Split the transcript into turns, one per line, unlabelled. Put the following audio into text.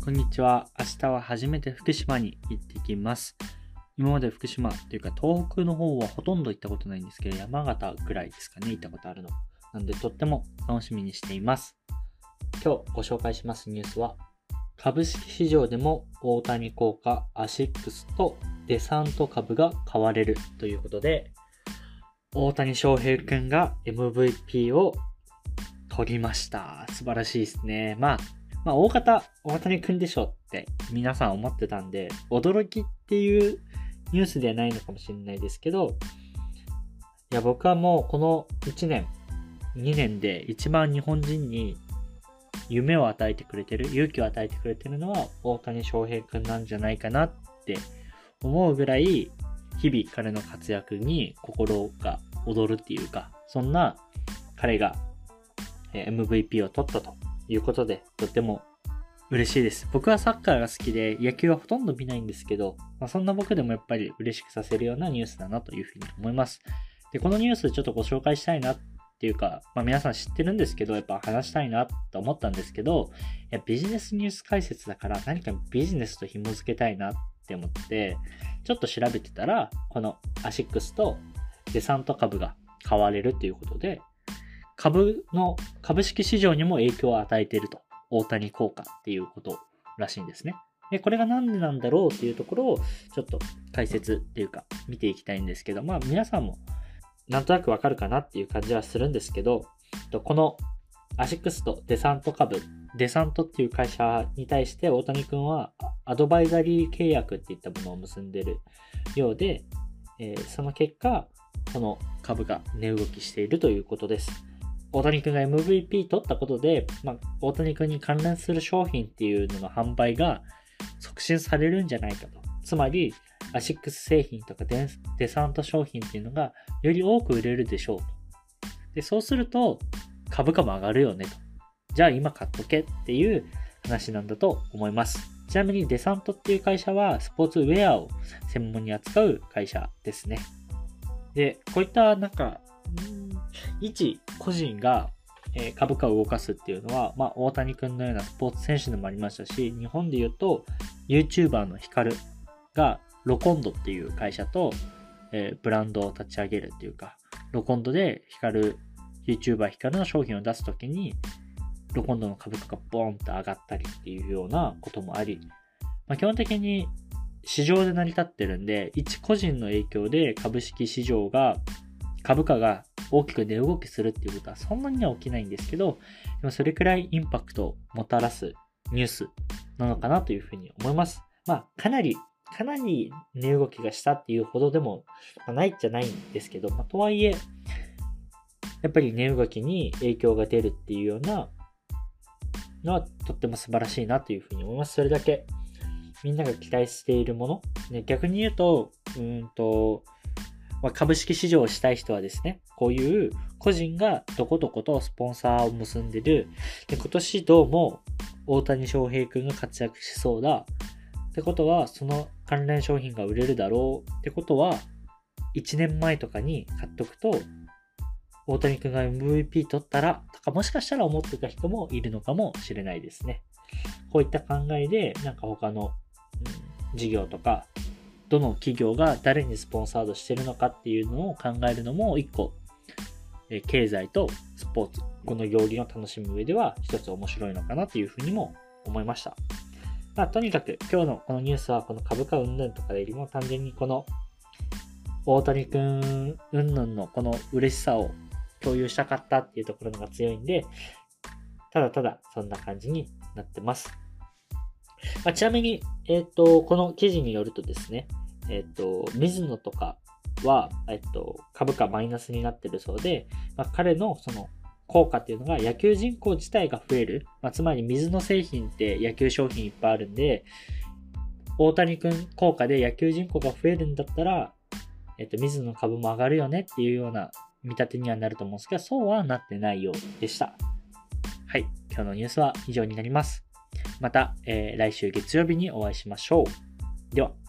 こんにちは。明日は初めて福島に行ってきます。今まで福島っていうか東北の方はほとんど行ったことないんですけど、山形ぐらいですかね、行ったことあるの。なんでとっても楽しみにしています。今日ご紹介しますニュースは、株式市場でも大谷効果アシックスとデサント株が買われるということで、大谷翔平くんが MVP を取りました。素晴らしいですね。大方、大谷くんでしょって皆さん思ってたんで、驚きっていうニュースではないのかもしれないですけど、いや、僕はもうこの1年、2年で一番日本人に夢を与えてくれてる、勇気を与えてくれてるのは大谷翔平くんなんじゃないかなって思うぐらい、日々彼の活躍に心が躍るっていうか、そんな彼が MVP を取ったということで、とっても嬉しいです。僕はサッカーが好きで、野球はほとんど見ないんですけど、そんな僕でもやっぱり嬉しくさせるようなニュースだなというふうに思います。で、このニュースちょっとご紹介したいなっていうか、皆さん知ってるんですけど、やっぱ話したいなと思ったんですけど、ビジネスニュース解説だから何かビジネスと紐付けたいなって思って、ちょっと調べてたら、このアシックスとデサント株が買われるということで、株式市場にも影響を与えていると。大谷効果っていうことらしいんですね。で、これがなんでなんだろうっていうところをちょっと解説っていうか見ていきたいんですけど、皆さんもなんとなくわかるかなっていう感じはするんですけど、このアシックスとデサント株、デサントっていう会社に対して大谷くんはアドバイザリー契約っていったものを結んでいるようで、その結果、この株が値動きしているということです。大谷くんが MVP 取ったことで、大谷くんに関連する商品っていうのの販売が促進されるんじゃないかと。つまり、アシックス製品とかデサント商品っていうのがより多く売れるでしょうと。で、そうすると株価も上がるよねと。じゃあ今買っとけっていう話なんだと思います。ちなみにデサントっていう会社はスポーツウェアを専門に扱う会社ですね。で、こういった一個人が株価を動かすっていうのは、大谷くんのようなスポーツ選手でもありましたし、日本で言うと YouTuber のヒカルがロコンドっていう会社と、ブランドを立ち上げるっていうか、ロコンドでYouTuber ヒカルの商品を出すときにロコンドの株価がボーンと上がったりっていうようなこともあり、基本的に市場で成り立ってるんで、一個人の影響で株価が大きく値動きするっていうことはそんなには起きないんですけど、でもそれくらいインパクトをもたらすニュースなのかなというふうに思います。かなり値動きがしたっていうほどでもないっちゃないんですけど、とはいえ、やっぱり値動きに影響が出るっていうようなのはとっても素晴らしいなというふうに思います。それだけみんなが期待しているもの、逆に言うと、株式市場をしたい人はですね、こういう個人がどこどことスポンサーを結んでる。で、今年どうも大谷翔平くんが活躍しそうだ。ってことは、その関連商品が売れるだろう。ってことは、1年前とかに買っとくと、大谷くんが MVP 取ったら、とかもしかしたら思ってた人もいるのかもしれないですね。こういった考えで、他の、事業とか、どの企業が誰にスポンサードしてるのかっていうのを考えるのも一個、経済とスポーツ、この両輪を楽しむ上では一つ面白いのかなというふうにも思いました。とにかく今日のこのニュースはこの株価云々とかよりも単純にこの大谷くん云々のこの嬉しさを共有したかったっていうところが強いんで、ただただそんな感じになってます。ちなみに、この記事によるとですね、水野とかは、株価マイナスになってるそうで、彼のその効果っていうのが野球人口自体が増える。つまり水野製品って野球商品いっぱいあるんで、大谷くん効果で野球人口が増えるんだったら、水野の株も上がるよねっていうような見立てにはなると思うんですけど、そうはなってないようでした。はい、今日のニュースは以上になります。また、来週月曜日にお会いしましょう。では。